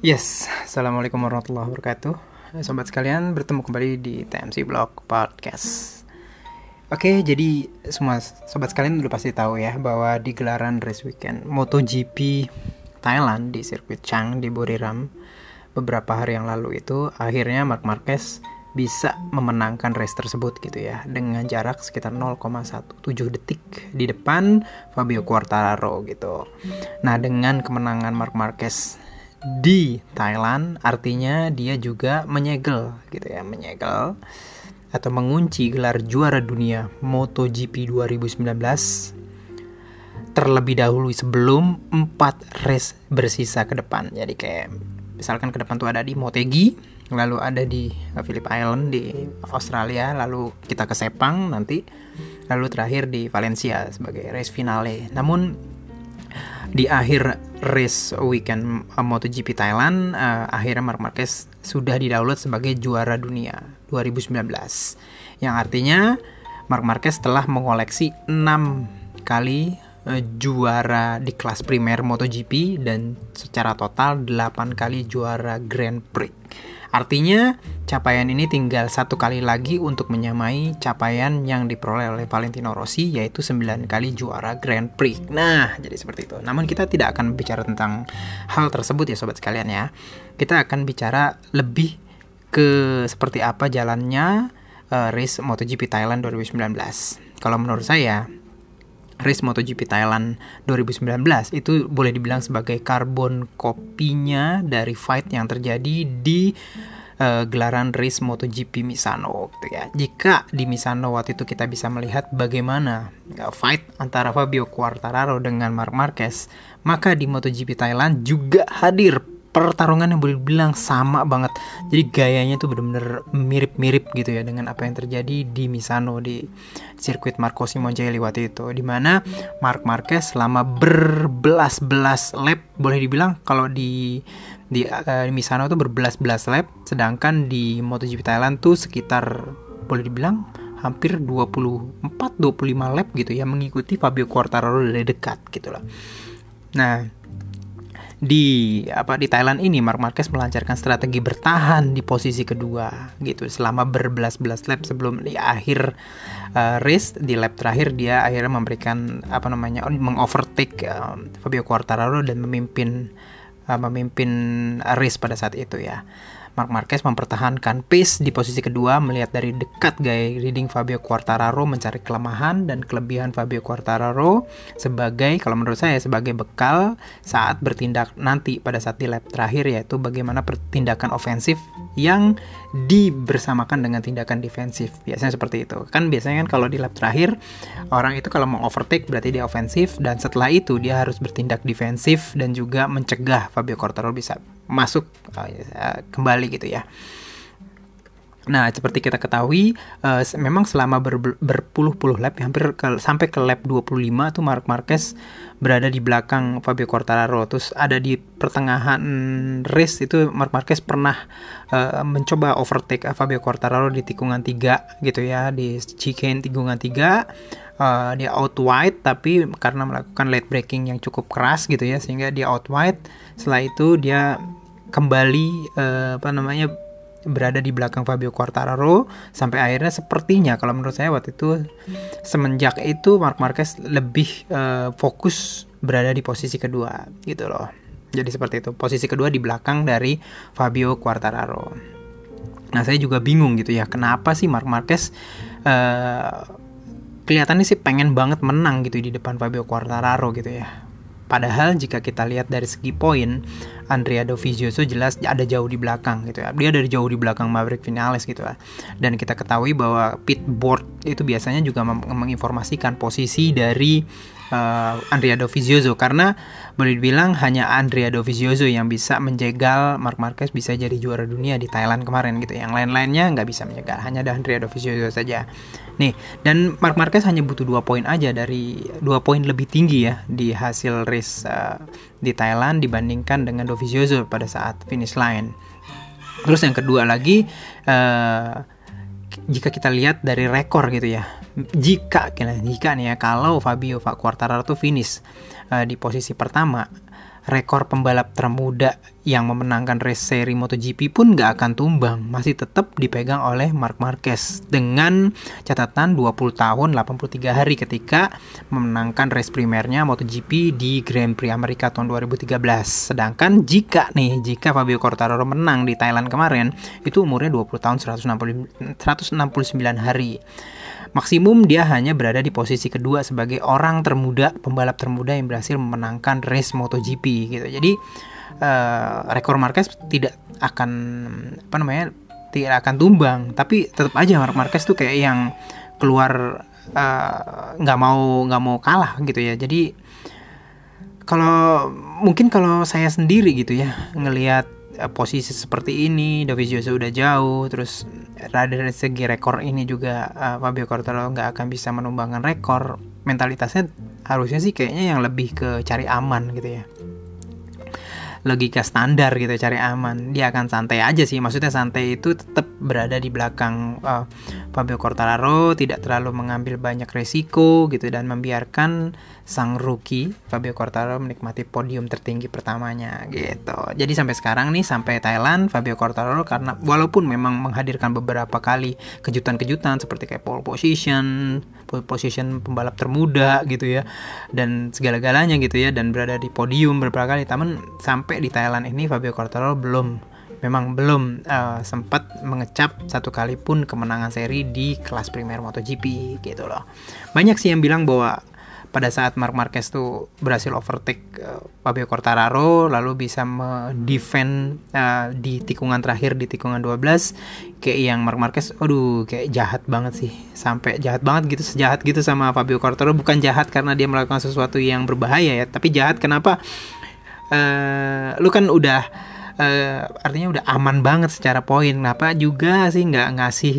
Yes, Assalamualaikum warahmatullahi wabarakatuh. Sobat sekalian, bertemu kembali di TMC Blog Podcast. Oke, jadi semua sobat sekalian udah pasti tahu ya bahwa di gelaran race weekend MotoGP Thailand di sirkuit Chang di Buriram beberapa hari yang lalu itu akhirnya Marc Marquez bisa memenangkan race tersebut gitu ya, dengan jarak sekitar 0,17 detik di depan Fabio Quartararo gitu. Nah, dengan kemenangan Marc Marquez di Thailand artinya dia juga menyegel atau mengunci gelar juara dunia MotoGP 2019 terlebih dahulu sebelum 4 race bersisa ke depan. Jadi kayak misalkan ke depan tuh ada di Motegi, lalu ada di Phillip Island di Australia, lalu kita ke Sepang nanti, lalu terakhir di Valencia sebagai race finale. Namun di akhir race weekend MotoGP Thailand, akhirnya Marc Marquez sudah didaulat sebagai juara dunia 2019, yang artinya Marc Marquez telah mengoleksi 6 kali juara di kelas primer MotoGP dan secara total 8 kali juara Grand Prix. Artinya capaian ini tinggal 1 kali lagi untuk menyamai capaian yang diperoleh oleh Valentino Rossi, yaitu 9 kali juara Grand Prix. Nah, jadi seperti itu. Namun kita tidak akan bicara tentang hal tersebut ya sobat sekalian ya. Kita akan bicara lebih ke seperti apa jalannya race MotoGP Thailand 2019. Kalau menurut saya, race MotoGP Thailand 2019 itu boleh dibilang sebagai karbon kopinya dari fight yang terjadi di gelaran race MotoGP Misano gitu ya. Jika di Misano waktu itu kita bisa melihat bagaimana fight antara Fabio Quartararo dengan Marc Marquez, maka di MotoGP Thailand juga hadir pertarungan yang boleh dibilang sama banget. Jadi gayanya tuh benar-benar mirip-mirip gitu ya dengan apa yang terjadi di Misano di sirkuit Marco Simoncelli waktu itu, di mana Marc Marquez selama berbelas-belas lap, boleh dibilang kalau di Misano tuh berbelas-belas lap, sedangkan di MotoGP Thailand tuh sekitar boleh dibilang hampir 24-25 lap gitu ya, mengikuti Fabio Quartararo dari dekat gitu lah. Nah, di Thailand ini Marc Marquez melancarkan strategi bertahan di posisi kedua gitu selama berbelas-belas lap sebelum di akhir race. Di lap terakhir dia akhirnya memberikan mengovertake Fabio Quartararo dan memimpin race pada saat itu ya. Marc Marquez mempertahankan pace di posisi kedua, melihat dari dekat gaya riding Fabio Quartararo, mencari kelemahan dan kelebihan Fabio Quartararo sebagai, kalau menurut saya, sebagai bekal saat bertindak nanti pada saat di lap terakhir, yaitu bagaimana tindakan ofensif yang dibersamakan dengan tindakan defensif. Biasanya seperti itu. Kan biasanya kan kalau di lap terakhir orang itu kalau mau overtake berarti dia ofensif, dan setelah itu dia harus bertindak defensif dan juga mencegah Fabio Quartararo bisa masuk kembali gitu ya. Nah, seperti kita ketahui, memang selama berpuluh-puluh lap, sampai ke lap 25 tuh Marc Marquez berada di belakang Fabio Quartararo. Terus ada di pertengahan race itu Marc Marquez pernah mencoba overtake Fabio Quartararo di tikungan 3 gitu ya, di chicane tikungan 3. Dia out wide, tapi karena melakukan late braking yang cukup keras gitu ya, sehingga dia out wide. Setelah itu dia kembali berada di belakang Fabio Quartararo sampai akhirnya sepertinya, kalau menurut saya waktu itu, semenjak itu Marc Marquez lebih fokus berada di posisi kedua gitu loh. Jadi seperti itu, posisi kedua di belakang dari Fabio Quartararo. Nah, saya juga bingung gitu ya, kenapa sih Marc Marquez kelihatannya sih pengen banget menang gitu di depan Fabio Quartararo gitu ya. Padahal jika kita lihat dari segi poin, Andrea Dovizioso jelas ada jauh di belakang gitu ya. Dia dari jauh di belakang Maverick Vinales gitu ya. Dan kita ketahui bahwa pit board itu biasanya juga menginformasikan posisi dari Andrea Dovizioso, karena boleh dibilang hanya Andrea Dovizioso yang bisa menjegal Marc Marquez bisa jadi juara dunia di Thailand kemarin gitu. Yang lain-lainnya nggak bisa menjegal, hanya ada Andrea Dovizioso saja. Nih, dan Marc Marquez hanya butuh 2 poin aja, dari 2 poin lebih tinggi ya di hasil race di Thailand dibandingkan dengan Dovizioso pada saat finish line. Terus yang kedua lagi, jika kita lihat dari rekor gitu ya, jika nih ya, kalau Fabio Quartararo tuh finish di posisi pertama, rekor pembalap termuda yang memenangkan race seri MotoGP pun nggak akan tumbang, masih tetap dipegang oleh Marc Marquez dengan catatan 20 tahun 83 hari ketika memenangkan race primernya MotoGP di Grand Prix Amerika tahun 2013. Sedangkan jika Fabio Quartararo menang di Thailand kemarin, itu umurnya 20 tahun 169 hari. Maksimum dia hanya berada di posisi kedua sebagai orang termuda, pembalap termuda yang berhasil memenangkan race MotoGP gitu. Jadi rekor Marquez tidak akan tumbang, tapi tetap aja Marc Marquez tuh kayak yang keluar nggak mau kalah gitu ya. Jadi kalau saya sendiri gitu ya ngelihat posisi seperti ini, Dovizioso udah jauh, terus dari segi rekor ini juga Fabio Quartararo nggak akan bisa menumbangkan rekor. Mentalitasnya harusnya sih kayaknya yang lebih ke cari aman gitu ya, logika standar gitu, cari aman. Dia akan santai aja sih, maksudnya santai itu tetap berada di belakang Fabio Quartararo, tidak terlalu mengambil banyak resiko gitu, dan membiarkan sang rookie Fabio Quartararo menikmati podium tertinggi pertamanya gitu. Jadi sampai sekarang nih, sampai Thailand, Fabio Quartararo karena walaupun memang menghadirkan beberapa kali kejutan-kejutan seperti kayak pole position pembalap termuda gitu ya, dan segala-galanya gitu ya, dan berada di podium beberapa kali, namun sampai di Thailand ini Fabio Quartararo belum sempat mengecap satu kali pun kemenangan seri di kelas primer MotoGP gitu loh. Banyak sih yang bilang bahwa pada saat Marc Marquez tuh berhasil overtake Fabio Quartararo, lalu bisa defend di tikungan terakhir, di tikungan 12, kayak yang Marc Marquez kayak jahat banget sih, sampai jahat banget gitu, sejahat gitu sama Fabio Quartararo. Bukan jahat karena dia melakukan sesuatu yang berbahaya ya, tapi jahat kenapa? Lu kan udah artinya udah aman banget secara poin, kenapa juga sih nggak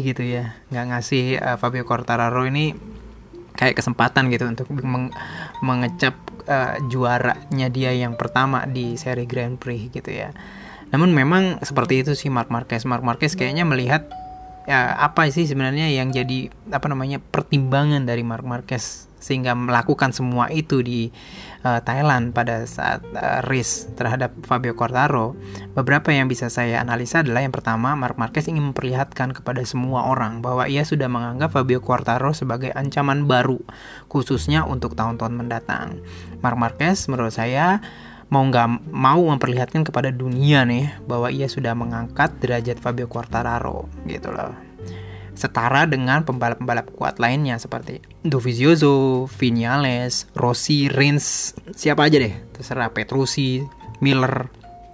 ngasih Fabio Quartararo ini kayak kesempatan gitu untuk mengecap juaranya dia yang pertama di seri Grand Prix gitu ya. Namun memang seperti itu sih Marc Marquez kayaknya melihat apa sih sebenarnya yang jadi pertimbangan dari Marc Marquez sehingga melakukan semua itu di Thailand pada saat race terhadap Fabio Quartararo. Beberapa yang bisa saya analisa adalah yang pertama, Marc Marquez ingin memperlihatkan kepada semua orang bahwa ia sudah menganggap Fabio Quartararo sebagai ancaman baru, khususnya untuk tahun-tahun mendatang. Marc Marquez menurut saya mau memperlihatkan kepada dunia nih bahwa ia sudah mengangkat derajat Fabio Quartararo gitu loh, setara dengan pembalap-pembalap kuat lainnya seperti Dovizioso, Viñales, Rossi, Rins, siapa aja deh, terserah, Petrucci, Miller.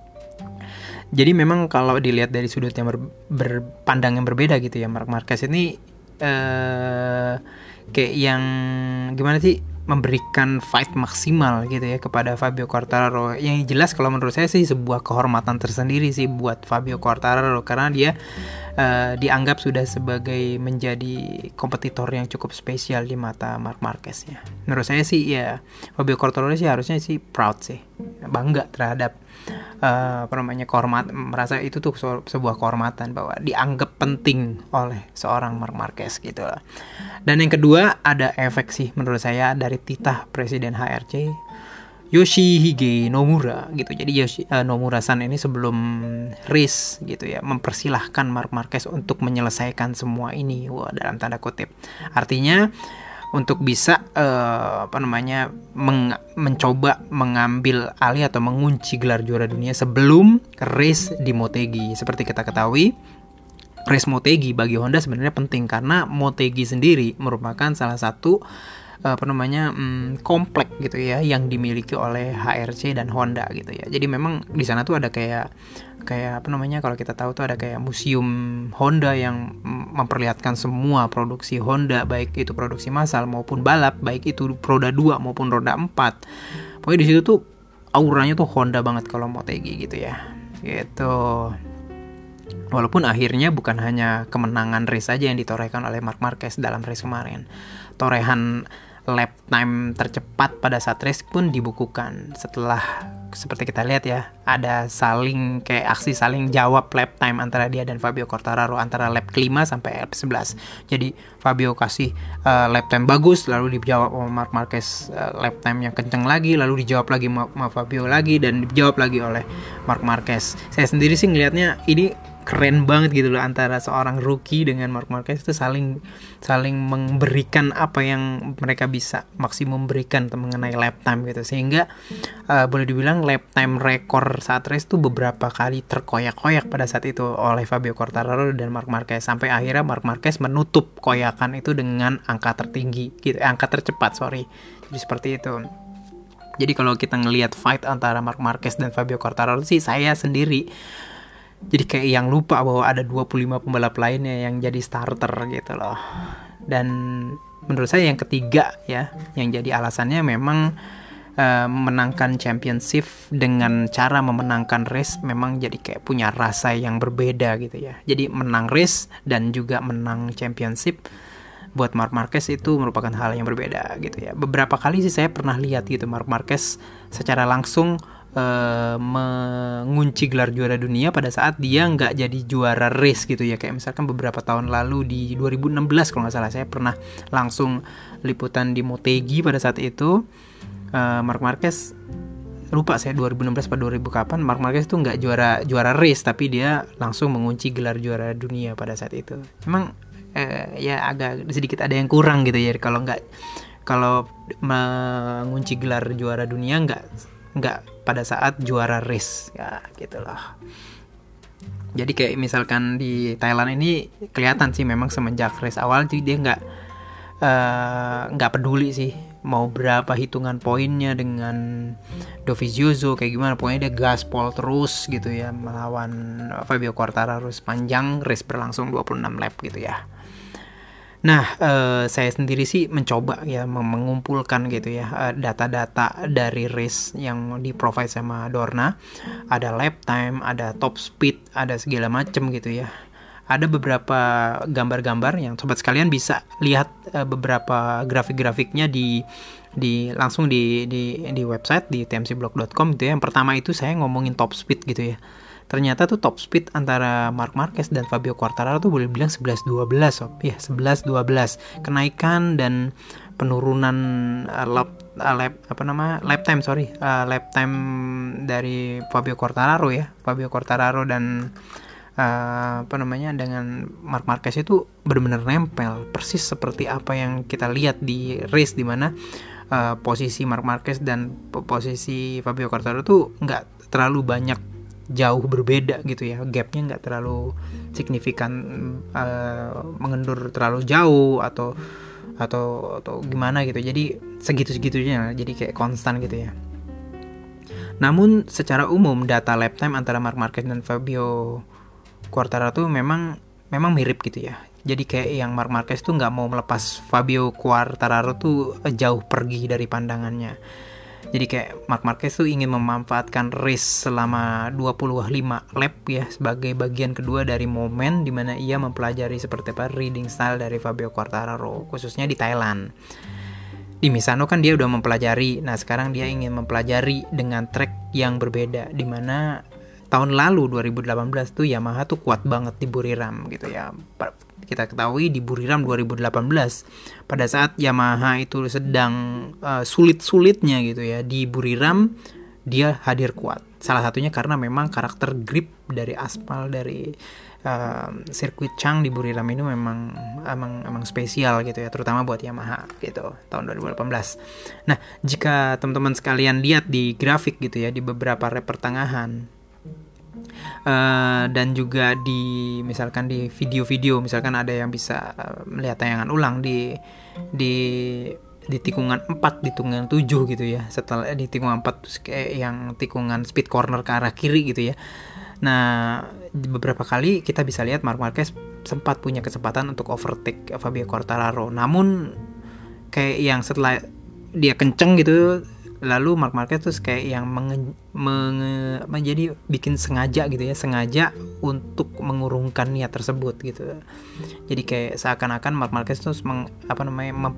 Jadi memang kalau dilihat dari sudut yang berpandang yang berbeda gitu ya, Marc Marquez ini kayak yang gimana sih, memberikan fight maksimal gitu ya kepada Fabio Quartararo. Yang jelas kalau menurut saya sih sebuah kehormatan tersendiri sih buat Fabio Quartararo, karena dia dianggap sudah sebagai menjadi kompetitor yang cukup spesial di mata Marc Marquez ya. Menurut saya sih ya Fabio Quartararo sih harusnya sih proud sih, bangga terhadap merasa itu tuh sebuah kehormatan bahwa dianggap penting oleh seorang Marc Marquez gitu lah. Dan yang kedua ada efek sih menurut saya dari titah Presiden HRC Yoshihige Nomura gitu. Jadi Nomura-san ini sebelum race gitu ya mempersilahkan Marc Marquez untuk menyelesaikan semua ini, dalam tanda kutip. Artinya untuk bisa mencoba mengambil alih atau mengunci gelar juara dunia sebelum race di Motegi. Seperti kita ketahui, race Motegi bagi Honda sebenarnya penting karena Motegi sendiri merupakan salah satu komplek gitu ya yang dimiliki oleh HRC dan Honda gitu ya. Jadi memang di sana tuh ada kayak kalau kita tahu tuh ada kayak museum Honda yang memperlihatkan semua produksi Honda, baik itu produksi massal maupun balap, baik itu roda 2 maupun roda 4. Pokoknya di situ tuh auranya tuh Honda banget kalau Motegi gitu ya. Gitu. Walaupun akhirnya bukan hanya kemenangan race saja yang ditorehkan oleh Marc Marquez dalam race kemarin. Torehan lap time tercepat pada saat race pun dibukukan setelah seperti kita lihat ya, ada kayak aksi saling jawab lap time antara dia dan Fabio Quartararo antara lap kelima sampai lap 11. Jadi Fabio kasih lap time bagus, lalu dijawab sama Marc Marquez lap time yang kenceng lagi, lalu dijawab lagi sama Fabio lagi, dan dijawab lagi oleh Marc Marquez. Saya sendiri sih ngelihatnya ini keren banget gitu loh, antara seorang rookie dengan Marc Marquez itu saling memberikan apa yang mereka bisa maksimum berikan mengenai lap time gitu, sehingga boleh dibilang lap time rekor saat race tuh beberapa kali terkoyak-koyak pada saat itu oleh Fabio Quartararo dan Marc Marquez, sampai akhirnya Marc Marquez menutup koyakan itu dengan angka tertinggi gitu, angka tercepat jadi seperti itu. Jadi kalau kita ngelihat fight antara Marc Marquez dan Fabio Quartararo sih, saya sendiri jadi kayak yang lupa bahwa ada 25 pembalap lainnya yang jadi starter gitu loh. Dan menurut saya yang ketiga ya, yang jadi alasannya memang memenangkan championship dengan cara memenangkan race memang jadi kayak punya rasa yang berbeda gitu ya. Jadi menang race dan juga menang championship buat Marc Marquez itu merupakan hal yang berbeda gitu ya. Beberapa kali sih saya pernah lihat gitu Marc Marquez secara langsung mengunci gelar juara dunia pada saat dia nggak jadi juara race gitu ya. Kayak misalkan beberapa tahun lalu di 2016 kalau nggak salah, saya pernah langsung liputan di Motegi pada saat itu. Marc Marquez, lupa saya 2016 atau 2000 kapan, Marc Marquez tuh nggak juara race, tapi dia langsung mengunci gelar juara dunia pada saat itu. Memang ya agak sedikit ada yang kurang gitu ya, kalau mengunci gelar juara dunia nggak pada saat juara race ya gitu loh. Jadi kayak misalkan di Thailand ini kelihatan sih memang semenjak race awal jadi dia nggak peduli sih mau berapa hitungan poinnya dengan Dovizioso kayak gimana, pokoknya dia gaspol terus gitu ya melawan Fabio Quartararo sepanjang race berlangsung 26 lap gitu ya. Nah, saya sendiri sih mencoba ya mengumpulkan gitu ya data-data dari race yang di-provide sama Dorna. Ada lap time, ada top speed, ada segala macam gitu ya. Ada beberapa gambar-gambar yang sobat sekalian bisa lihat beberapa grafik-grafiknya langsung di website di tmcblog.com gitu ya. Yang pertama itu saya ngomongin top speed gitu ya. Ternyata tuh top speed antara Marc Marquez dan Fabio Quartararo tuh boleh bilang 11-12 ya, 11-12. Kenaikan dan penurunan lap time dari Fabio Quartararo ya. Fabio Quartararo dan dengan Marc Marquez itu benar-benar nempel persis seperti apa yang kita lihat di race, di mana posisi Marc Marquez dan posisi Fabio Quartararo tuh nggak terlalu banyak jauh berbeda gitu ya, gapnya nggak terlalu signifikan mengendur terlalu jauh atau gimana gitu, jadi segitu-segitunya, jadi kayak konstan gitu ya. Namun secara umum data lap time antara Marc Marquez dan Fabio Quartararo tuh memang mirip gitu ya. Jadi kayak yang Marc Marquez tuh nggak mau melepas Fabio Quartararo tuh jauh pergi dari pandangannya. Jadi kayak Marc Marquez tuh ingin memanfaatkan race selama 25 lap ya sebagai bagian kedua dari momen di mana ia mempelajari seperti apa riding style dari Fabio Quartararo, khususnya di Thailand. Di Misano kan dia udah mempelajari, nah sekarang dia ingin mempelajari dengan track yang berbeda, di mana tahun lalu 2018 tuh Yamaha tuh kuat banget di Buriram gitu ya. Kita ketahui di Buriram 2018 pada saat Yamaha itu sedang sulit-sulitnya gitu ya, di Buriram dia hadir kuat. Salah satunya karena memang karakter grip dari aspal dari sirkuit Chang di Buriram ini memang spesial gitu ya, terutama buat Yamaha gitu tahun 2018. Nah, jika teman-teman sekalian lihat di grafik gitu ya, di beberapa lap pertengahan dan juga misalkan di video-video, misalkan ada yang bisa melihat tayangan ulang di tikungan 4, di tikungan 7 gitu ya. Setelah di tikungan 4 terus kayak yang tikungan speed corner ke arah kiri gitu ya. Nah, beberapa kali kita bisa lihat Marc Marquez sempat punya kesempatan untuk overtake Fabio Quartararo. Namun kayak yang setelah dia kenceng gitu, lalu Marc Marquez tuh kayak yang menjadi bikin sengaja gitu ya, sengaja untuk mengurungkan niat tersebut gitu. Jadi kayak seakan-akan Marc Marquez tuh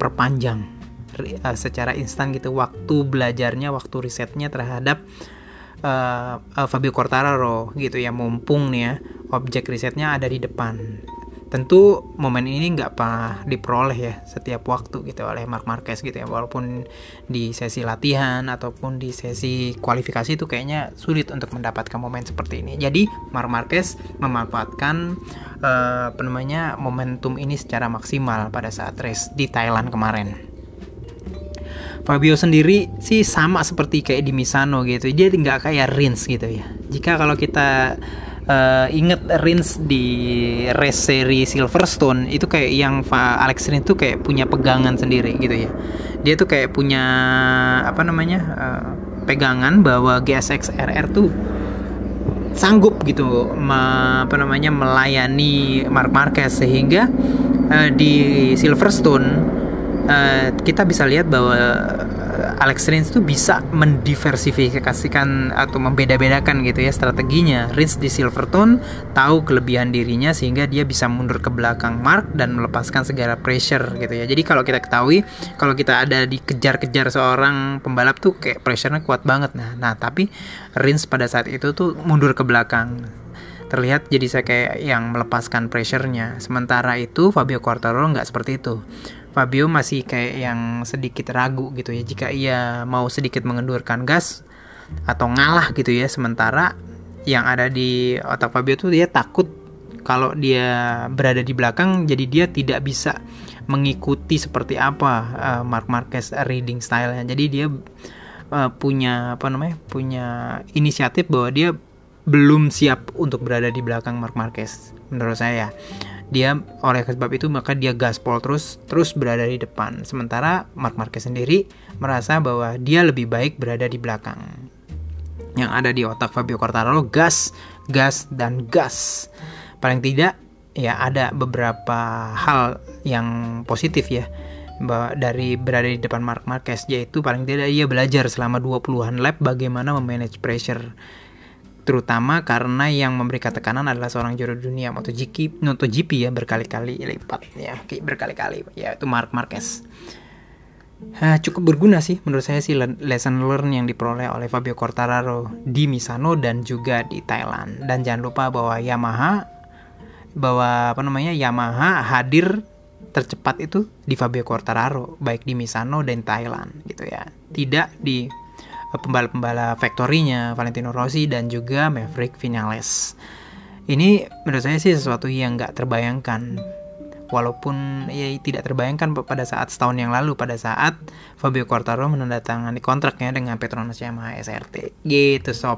memperpanjang secara instan gitu waktu belajarnya, waktu risetnya terhadap Fabio Quartararo gitu ya, mumpung nih ya objek risetnya ada di depan. Tentu momen ini nggak pernah diperoleh ya setiap waktu gitu oleh Marc Marquez gitu ya, walaupun di sesi latihan ataupun di sesi kualifikasi itu kayaknya sulit untuk mendapatkan momen seperti ini. Jadi Marc Marquez memanfaatkan momentum ini secara maksimal pada saat race di Thailand kemarin. Fabio sendiri sih sama seperti kayak di Misano gitu, dia nggak kayak Rins gitu ya. Jika kalau kita inget Rins di race seri Silverstone itu kayak yang Alex Rins tuh kayak punya pegangan sendiri gitu ya. Dia tuh kayak punya pegangan bahwa GSX RR tuh sanggup gitu melayani Marc Marquez, sehingga di Silverstone kita bisa lihat bahwa Alex Rins tuh bisa mendiversifikasikan atau membeda-bedakan gitu ya strateginya. Rins di Silverstone tahu kelebihan dirinya sehingga dia bisa mundur ke belakang Marc dan melepaskan segala pressure gitu ya. Jadi kalau kita ketahui, kalau kita ada dikejar-kejar seorang pembalap tuh kayak pressure-nya kuat banget. Nah tapi Rins pada saat itu tuh mundur ke belakang. Terlihat jadi saya kayak yang melepaskan pressure-nya. Sementara itu Fabio Quartararo nggak seperti itu. Fabio masih kayak yang sedikit ragu gitu ya, jika ia mau sedikit mengendurkan gas atau ngalah gitu ya. Sementara yang ada di otak Fabio tuh dia takut kalau dia berada di belakang, jadi dia tidak bisa mengikuti seperti apa Marc Marquez riding style-nya. Jadi dia punya inisiatif bahwa dia belum siap untuk berada di belakang Marc Marquez menurut saya. Dia oleh sebab itu maka dia gaspol terus berada di depan. Sementara Marc Marquez sendiri merasa bahwa dia lebih baik berada di belakang. Yang ada di otak Fabio Quartararo gas dan gas. Paling tidak ya ada beberapa hal yang positif ya dari berada di depan Marc Marquez, yaitu paling tidak ia belajar selama 20-an lap bagaimana memanage pressure. Terutama karena yang memberikan tekanan adalah seorang juara dunia MotoGP ya, berkali-kali lipat ya, berkali-kali yaitu Marc Marquez. Cukup berguna sih menurut saya sih lesson learn yang diperoleh oleh Fabio Quartararo di Misano dan juga di Thailand. Dan jangan lupa bahwa Yamaha hadir tercepat itu di Fabio Quartararo baik di Misano dan Thailand gitu ya. Tidak di pembalap-pembalap factory-nya Valentino Rossi dan juga Maverick Vinales. Ini menurut saya sih sesuatu yang nggak terbayangkan, walaupun ya tidak terbayangkan pada saat setahun yang lalu pada saat Fabio Quartararo menandatangani kontraknya dengan Petronas Yamaha SRT gitu sob.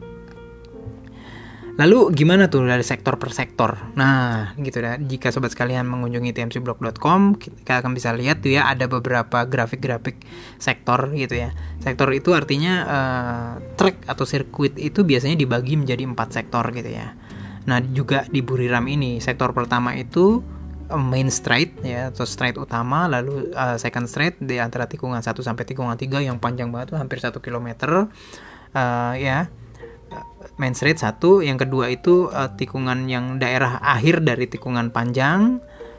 Lalu gimana tuh dari sektor per sektor? Nah gitu ya, jika sobat sekalian mengunjungi tmcblog.com, kita akan bisa lihat tuh ya ada beberapa grafik-grafik sektor gitu ya. Sektor itu artinya track atau sirkuit itu biasanya dibagi menjadi 4 sektor gitu ya. Nah juga di Buriram ini sektor pertama itu main straight ya, atau straight utama, lalu second straight di antara tikungan 1 sampai tikungan 3 yang panjang banget tuh hampir 1 km ya. Main straight 1, yang kedua itu tikungan yang daerah akhir dari tikungan panjang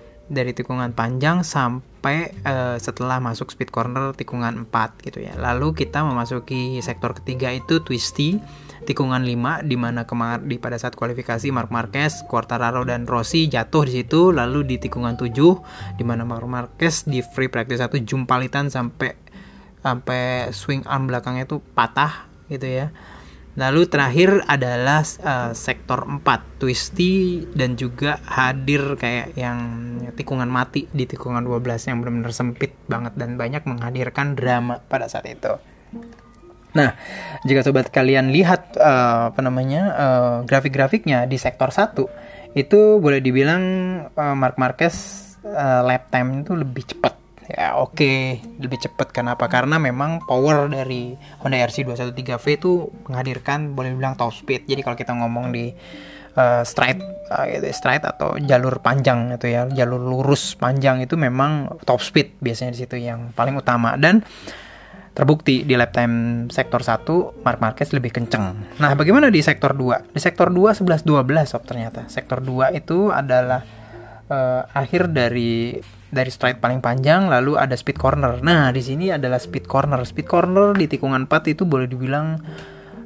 sampai setelah masuk speed corner tikungan 4 gitu ya. Lalu kita memasuki sektor ketiga itu twisty tikungan 5, di mana pada saat kualifikasi Marc Marquez, Quartararo dan Rossi jatuh di situ. Lalu di tikungan 7 di mana Marc Marquez di free practice 1 jumpalitan sampai swing arm belakangnya itu patah gitu ya. Lalu terakhir adalah sektor 4 twisty dan juga hadir kayak yang tikungan mati di tikungan 12 yang benar-benar sempit banget dan banyak menghadirkan drama pada saat itu. Nah, jika sobat kalian lihat grafik-grafiknya di sektor 1 itu boleh dibilang Marc Marquez lap time itu lebih cepat. Ya oke, lebih cepat. Kenapa? Karena memang power dari Honda RC213V itu menghadirkan boleh dibilang top speed. Jadi kalau kita ngomong di straight atau jalur panjang itu ya, jalur lurus panjang itu memang top speed biasanya di situ yang paling utama, dan terbukti di lap time sektor 1 Marc Marquez lebih kenceng. Nah, bagaimana di sektor 2? Di sektor 2 11-12 ternyata. Sektor 2 itu adalah akhir dari straight paling panjang, lalu ada speed corner. Nah, di sini adalah speed corner. Speed corner di tikungan 4 itu boleh dibilang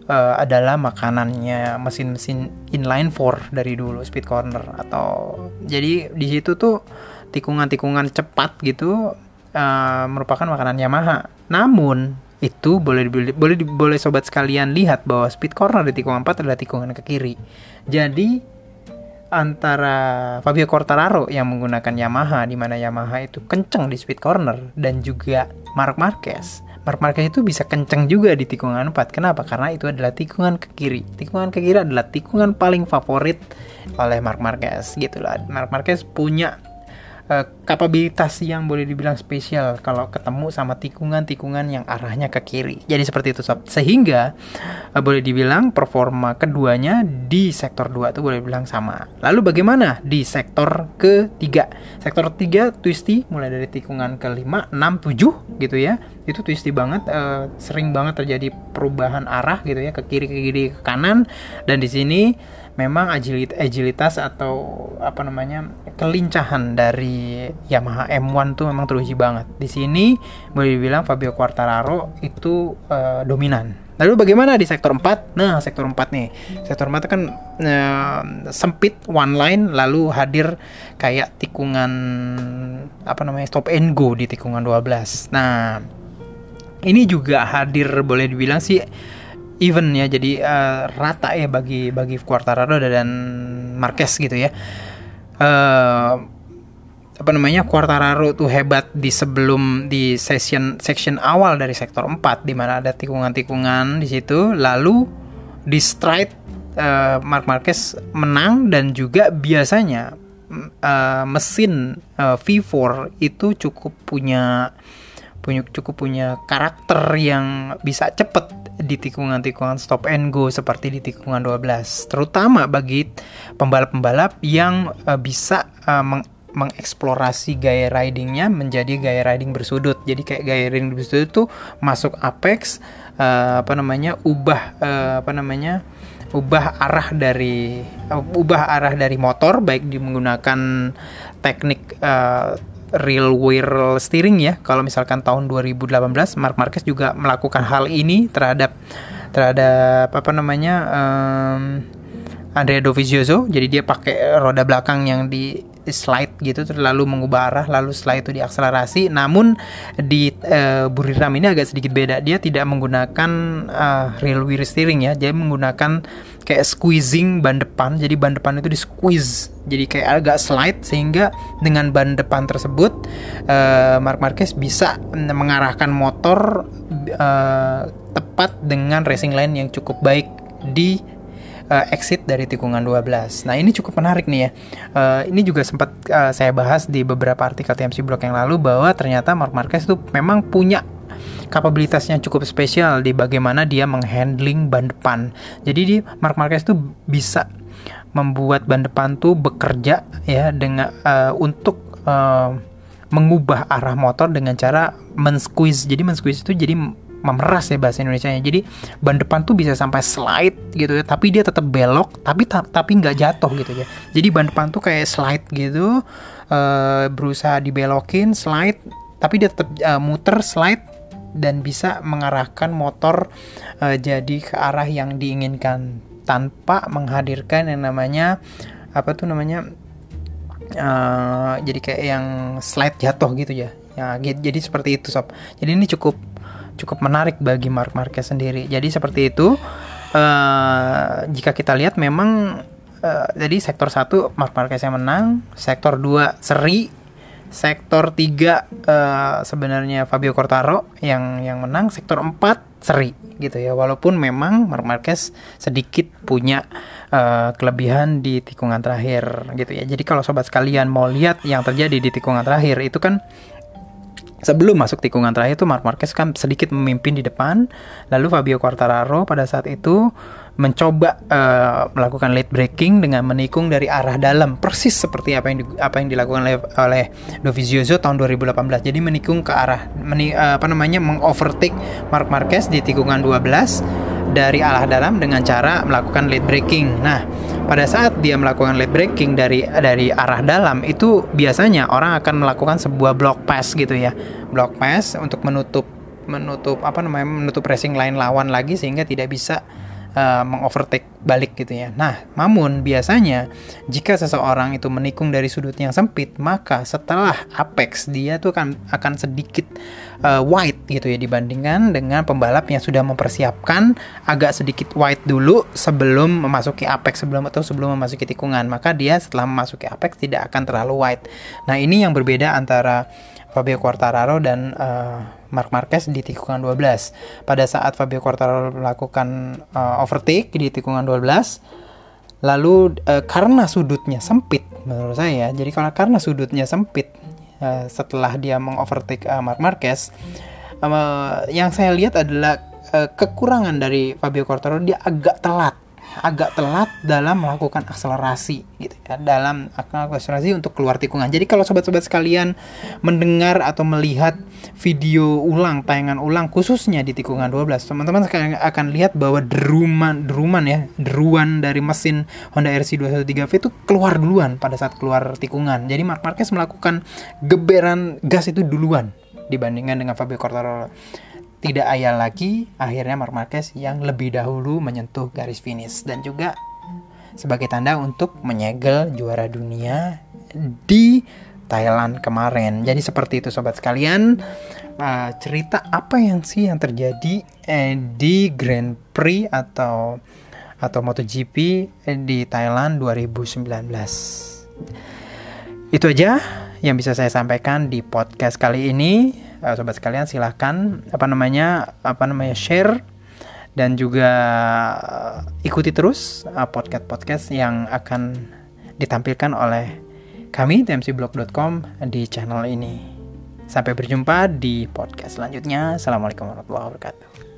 adalah makanannya mesin-mesin inline 4 dari dulu, speed corner. Atau jadi di situ tuh tikungan-tikungan cepat gitu merupakan makanan Yamaha. Namun itu boleh sobat sekalian lihat bahwa speed corner di tikungan 4 adalah tikungan ke kiri. Jadi antara Fabio Quartararo yang menggunakan Yamaha, di mana Yamaha itu kenceng di speed corner, dan juga Marc Marquez itu bisa kenceng juga di tikungan 4. Kenapa? Karena itu adalah tikungan ke kiri. Tikungan ke kiri adalah tikungan paling favorit oleh Marc Marquez gitu lah. Marc Marquez punya kapabilitas yang boleh dibilang spesial kalau ketemu sama tikungan-tikungan yang arahnya ke kiri. Jadi seperti itu sob. Sehingga boleh dibilang performa keduanya di sektor 2 itu boleh dibilang sama. Lalu bagaimana di sektor ketiga? Sektor 3 twisty mulai dari tikungan ke-5, 6, 7 gitu ya. Itu twisty banget, sering banget terjadi perubahan arah gitu ya, ke kiri, ke kanan. Dan di sini memang agilitas atau kelincahan dari Yamaha M1 tuh memang teruji banget. Di sini boleh dibilang Fabio Quartararo itu dominan. Lalu bagaimana di sektor 4? Nah, sektor 4 nih. Sektor 4 kan sempit, one line, lalu hadir kayak tikungan stop and go di tikungan 12. Nah, ini juga hadir boleh dibilang sih even ya, jadi rata ya bagi Quartararo dan Marquez gitu ya. Quartararo tuh hebat di section awal dari sektor 4 di mana ada tikungan-tikungan di situ, lalu di straight Marc Marquez menang. Dan juga biasanya mesin V4 itu cukup punya karakter yang bisa cepet di tikungan-tikungan stop and go seperti di tikungan 12, terutama bagi pembalap-pembalap yang bisa mengeksplorasi gaya ridingnya menjadi gaya riding bersudut. Jadi kayak gaya riding bersudut itu masuk apex, ubah arah dari motor, baik menggunakan teknik real wheel steering ya. Kalau misalkan tahun 2018 Marc Marquez juga melakukan hal ini terhadap Andrea Dovizioso. Jadi dia pakai roda belakang yang di slide gitu, lalu mengubah arah, lalu setelah itu diakselerasi. Namun di Buriram ini agak sedikit beda. Dia tidak menggunakan real wheel steering ya. Dia menggunakan kayak squeezing ban depan. Jadi ban depan itu di squeeze, jadi kayak agak slide, sehingga dengan ban depan tersebut Marc Marquez bisa mengarahkan motor tepat dengan racing line yang cukup baik di exit dari tikungan 12. Nah, ini cukup menarik nih ya. Ini juga sempat saya bahas di beberapa artikel TMC Blog yang lalu, bahwa ternyata Marc Marquez itu memang punya kapabilitasnya cukup spesial di bagaimana dia menghandling ban depan. Jadi Marc Marquez itu bisa membuat ban depan tuh bekerja ya dengan untuk mengubah arah motor dengan cara men-squeeze. Jadi men-squeeze itu jadi memeras ya bahasa Indonesianya. Jadi ban depan tuh bisa sampai slide gitu ya, tapi dia tetap belok, tapi nggak jatuh gitu ya. Jadi ban depan tuh kayak slide gitu, berusaha dibelokin, slide, tapi dia tetap muter, slide, dan bisa mengarahkan motor jadi ke arah yang diinginkan tanpa menghadirkan yang namanya jadi kayak yang slide jatuh gitu ya. Jadi seperti itu sob. Jadi ini cukup menarik bagi Marc Marquez sendiri. Jadi seperti itu. Jika kita lihat memang jadi sektor 1 Marc Marquez yang menang, sektor 2 seri, sektor 3 sebenarnya Fabio Quartararo yang menang, sektor 4 seri gitu ya. Walaupun memang Marc Marquez sedikit punya kelebihan di tikungan terakhir gitu ya. Jadi kalau sobat sekalian mau lihat yang terjadi di tikungan terakhir itu kan, sebelum masuk tikungan terakhir itu Marc Marquez kan sedikit memimpin di depan, lalu Fabio Quartararo pada saat itu mencoba melakukan late braking dengan menikung dari arah dalam, persis seperti apa yang dilakukan oleh Dovizioso tahun 2018. Jadi menikung ke arah mengovertake Marc Marquez di tikungan 12 dari arah dalam dengan cara melakukan late braking. Nah, pada saat dia melakukan late braking dari arah dalam itu biasanya orang akan melakukan sebuah block pass gitu ya. Block pass untuk menutup racing line lawan lagi, sehingga tidak bisa mengovertake balik gitu ya. Nah, namun biasanya jika seseorang itu menikung dari sudut yang sempit, maka setelah apex dia tuh akan sedikit wide gitu ya, dibandingkan dengan pembalap yang sudah mempersiapkan agak sedikit wide dulu sebelum memasuki apex, sebelum memasuki tikungan. Maka dia setelah memasuki apex tidak akan terlalu wide. Nah, ini yang berbeda antara Fabio Quartararo dan Marc Marquez di tikungan 12. Pada saat Fabio Quartararo melakukan overtake di tikungan 12, lalu karena sudutnya sempit menurut saya, jadi karena sudutnya sempit setelah dia mengovertake Marc Marquez, yang saya lihat adalah kekurangan dari Fabio Quartararo, dia agak telat dalam melakukan akselerasi gitu ya, dalam akselerasi untuk keluar tikungan. Jadi kalau sobat-sobat sekalian mendengar atau melihat video ulang, tayangan ulang khususnya di tikungan 12, teman-teman akan lihat bahwa deruan dari mesin Honda RC213V itu keluar duluan pada saat keluar tikungan. Jadi Marc Marquez melakukan geberan gas itu duluan dibandingkan dengan Fabio Quartararo. Tidak ayal lagi, akhirnya Marc Marquez yang lebih dahulu menyentuh garis finish, dan juga sebagai tanda untuk menyegel juara dunia di Thailand kemarin. Jadi seperti itu sobat sekalian, cerita apa yang terjadi di Grand Prix atau MotoGP di Thailand 2019. Itu aja yang bisa saya sampaikan di podcast kali ini. Sobat sekalian silahkan share dan juga ikuti terus podcast yang akan ditampilkan oleh kami tmcblog.com di channel ini. Sampai berjumpa di podcast selanjutnya. Assalamualaikum warahmatullahi wabarakatuh.